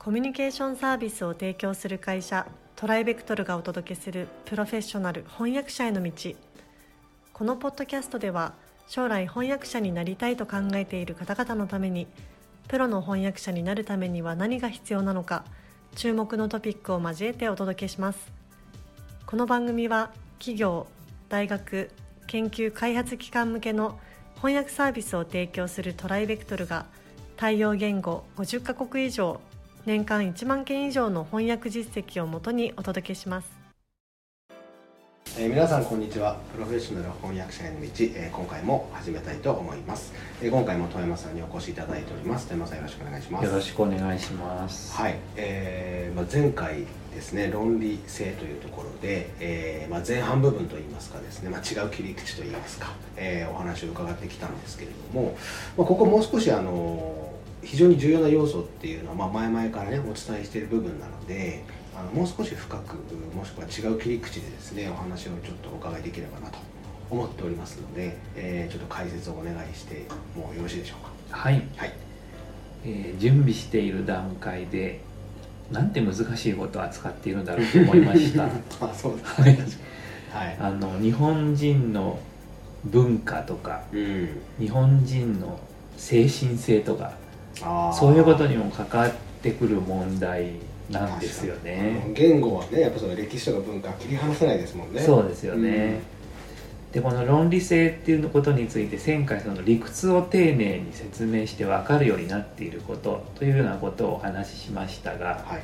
コミュニケーションサービスを提供する会社トライベクトルがお届けするプロフェッショナル翻訳者への道。このポッドキャストでは将来翻訳者になりたいと考えている方々のために、プロの翻訳者になるためには何が必要なのか、注目のトピックを交えてお届けします。この番組は企業、大学、研究開発機関向けの翻訳サービスを提供するトライベクトルが対応言語50カ国以上、年間1万件以上の翻訳実績をもとにお届けします。 皆さんこんにちは。プロフェッショナル翻訳者への道、今回も始めたいと思います。今回も富山さんにお越しいただいております。富山さん、よろしくお願いします。 よろしくお願いします。 はい、前回ですね、論理性というところで、前半部分といいますかですね、違う切り口といいますか、お話を伺ってきたんですけれども、ここもう少し非常に重要な要素っていうのは、前々からねお伝えしている部分なので、もう少し深く、もしくは違う切り口でですねお話をちょっとお伺いできればなと思っておりますので、ちょっと解説をお願いしてもよろしいでしょうか。 はい、 はい。 準備している段階でなんて難しいことを扱っているんだろうと思いましたそうですね、 はい、日本人の文化とか、日本人の精神性とか、そういうことにも関わってくる問題なんですよね。 言語はね、やっぱその歴史とか文化切り離せないですもんね。 そうですよね、でこの論理性っていうことについて前回その理屈を丁寧に説明して分かるようになっていることというようなことをお話ししましたが、 はい、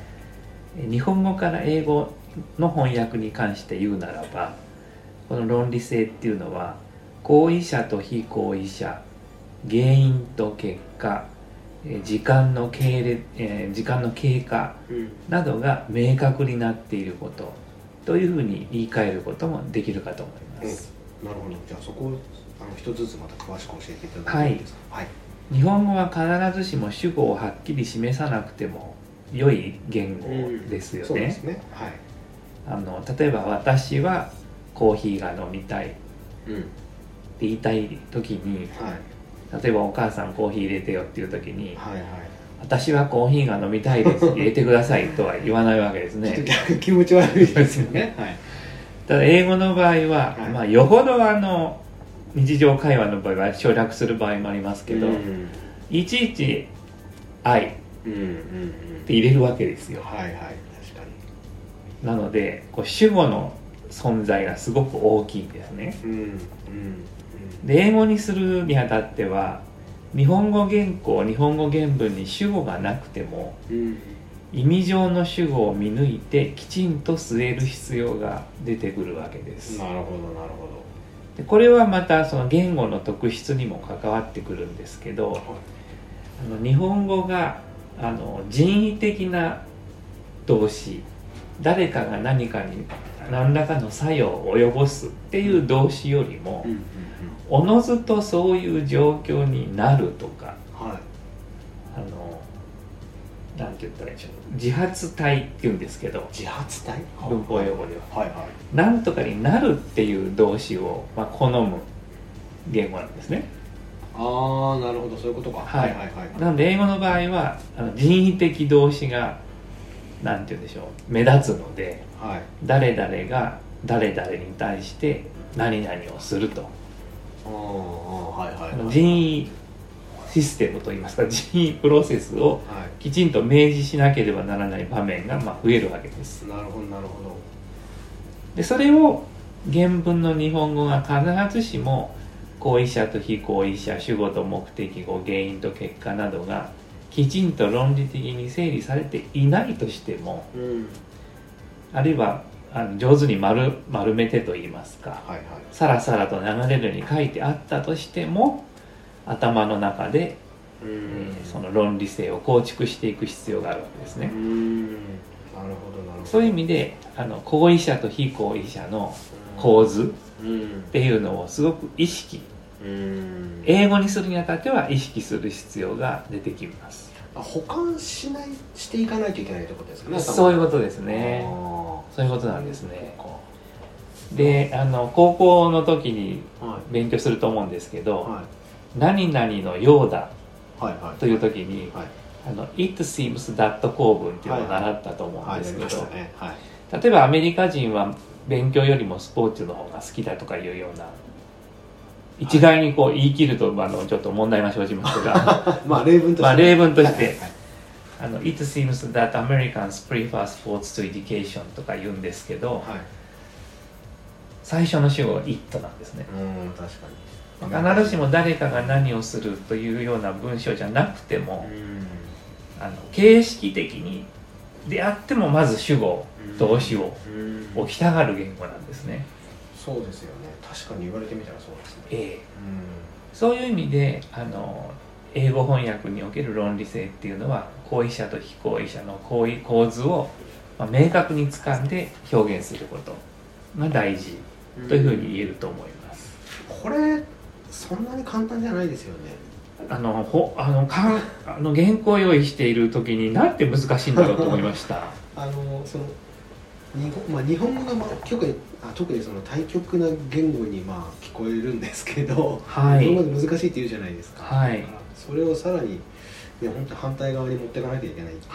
日本語から英語の翻訳に関して言うならば、この論理性っていうのは行為者と非行為者、原因と結果、時間の経過などが明確になっていることというふうに言い換えることもできるかと思います。 なるほど。じゃあそこを一つずつまた詳しく教えていただいていいですか。はい。 日本語は必ずしも主語をはっきり示さなくても良い言語ですよね。 そうですね。はい。 例えば私はコーヒーが飲みたいって言いたい時に、例えばお母さんコーヒー入れてよっていう時に、私はコーヒーが飲みたいです入れてくださいとは言わないわけですね。 ちょっと気持ち悪いですよね。 ただ英語の場合は、よほど日常会話の場合は省略する場合もありますけど、いちいち「I」って入れるわけですよ。 確かに。なので主語の存在がすごく大きいんですね。で英語にするにあたっては日本語原稿、日本語原文に主語がなくても、意味上の主語を見抜いてきちんと据える必要が出てくるわけです。 なるほど。 でこれはまたその言語の特質にも関わってくるんですけど、日本語が人為的な動詞、誰かが何かに何らかの作用を及ぼすっていう動詞よりも、おのずとそういう状況になるとか、なんて言ったらいいでしょう、自発体っていうんですけど、 自発体、 文法用語では、なんとかになるっていう動詞を、好む言語なんですね。 なるほど、そういうことか。 なので英語の場合は人為的動詞がなんて言うんでしょう、目立つので、誰々が誰々に対して何々をすると、人為システムといいますか、人為プロセスをきちんと明示しなければならない場面が増えるわけです。 なるほど。 でそれを原文の日本語が必ずしも行為者と非行為者、主語と目的語、原因と結果などがきちんと論理的に整理されていないとしても、あるいは上手に 丸めてといいますか、さらさらと流れるように書いてあったとしても、頭の中で、その論理性を構築していく必要があるわけですね。 なるほど。 そういう意味で行為者と非行為者の構図っていうのをすごく意識、英語にするにあたっては意識する必要が出てきます。 補完していかないといけないってことですかね。 そういうことですね。そういうことなんですね。で高校の時に勉強すると思うんですけど、何々のようだという時に、 It seems that 構文っていうのを習ったと思うんですけど、 はい例えばアメリカ人は勉強よりもスポーツの方が好きだとかいうような一概にこう言い切るとちょっと問題が生じますがまあ例文として、 例文として、It seems that Americans prefer sports to education とか言うんですけど、最初の主語は it なんですね。 確かに必ずしも誰かが何をするというような文章じゃなくても、形式的にであってもまず主語動詞を置きたがる言語なんですね。 そうですよね。確かに言われてみたらそうですね。 そういう意味で英語翻訳における論理性っていうのは行為者と非行為者の構図を明確に掴んで表現することが大事というふうに言えると思います。 これそんなに簡単じゃないですよね。 原稿を用意している時になんて難しいんだろうと思いました。 日本語が特にその対極な言語に聞こえるんですけど、日本語で難しいって言うじゃないですか。それをさらに本当反対側に持っていかなきゃいけないっていう、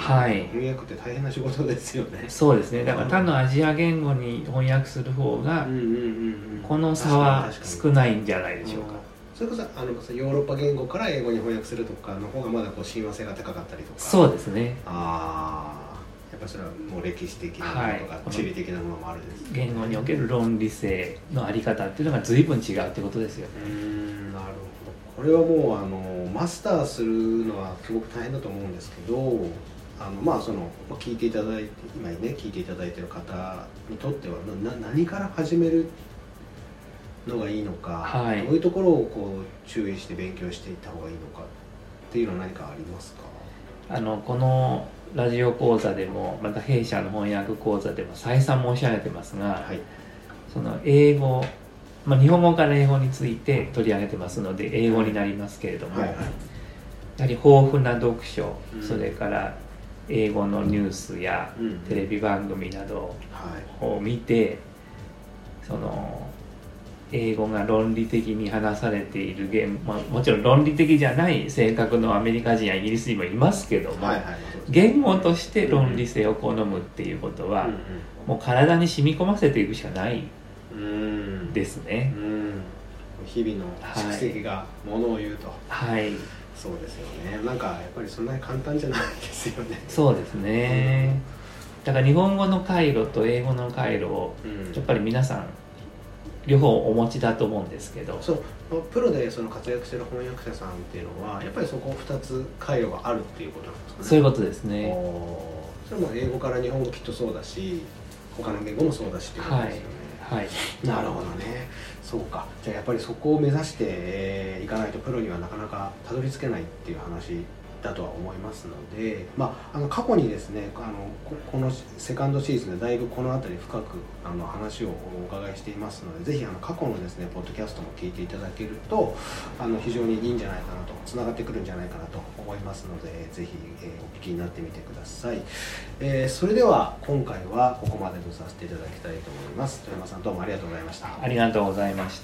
翻訳って大変な仕事ですよね。 そうですね。だから他のアジア言語に翻訳する方がこの差は少ないんじゃないでしょうか。 それこそヨーロッパ言語から英語に翻訳するとかの方がまだ親和性が高かったりとか。 そうですね。 やっぱりそれはもう歴史的なものとか地理的なものもあるんです、 言語における論理性のあり方っていうのが随分違うってことですよね。 なるほど。これはもうマスターするのはすごく大変だと思うんですけど、聞いていただいて今ね聞いていただいている方にとっては何から始めるのがいいのか、どういうところを注意して勉強していった方がいいのかっていうのは何かありますか？ このラジオ講座でもまた弊社の翻訳講座でも再三申し上げてますが、その英語、日本語から英語について取り上げてますので英語になりますけれども、やはり豊富な読書、それから英語のニュースやテレビ番組などを見て、その英語が論理的に話されているもちろん論理的じゃない性格のアメリカ人やイギリス人もいますけども、言語として論理性を好むっていうことは、もう体に染み込ませていくしかないですね。 日々の蓄積がものを言うと。そうですよね。やっぱりそんなに簡単じゃないですよね。 そうですね。だから日本語の回路と英語の回路をやっぱり皆さん両方お持ちだと思うんですけど、 プロで活躍している翻訳者さんっていうのはやっぱりそこ2つ回路があるっていうことなんですかね。 そういうことですね。 それも英語から日本語きっとそうだし他の言語もそうだしっていうことですよね。なるほどね。そうか。じゃあやっぱりそこを目指していかないとプロにはなかなかたどり着けないっていう話だとは思いますので、過去にですねこのセカンドシーズンでだいぶこの辺り深く話をお伺いしていますので、ぜひ過去のですねポッドキャストも聞いていただけると非常にいいんじゃないかなと、つながってくるんじゃないかなと思いますので、ぜひお聞きになってみてください。それでは今回はここまでとさせていただきたいと思います。富山さんどうもありがとうございました。 ありがとうございました。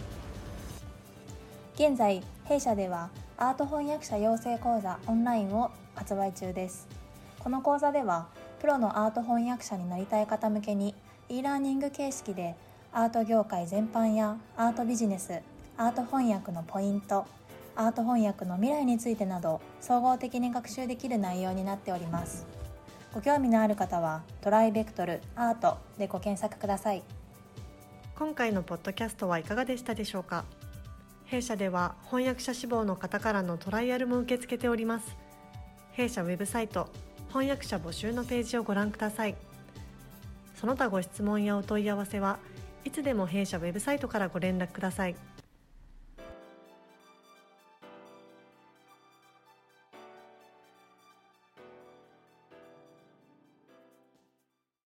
現在弊社ではアート翻訳者養成講座オンラインを発売中です。この講座ではプロのアート翻訳者になりたい方向けに e ラーニング形式でアート業界全般やアートビジネス、アート翻訳のポイント、アート翻訳の未来についてなど総合的に学習できる内容になっております。ご興味のある方はトライベクトルアートでご検索ください。 今回のポッドキャストはいかがでしたでしょうか。弊社では翻訳者志望の方からのトライアルも受け付けております。弊社ウェブサイト翻訳者募集のページをご覧ください。その他ご質問やお問い合わせはいつでも弊社ウェブサイトからご連絡ください。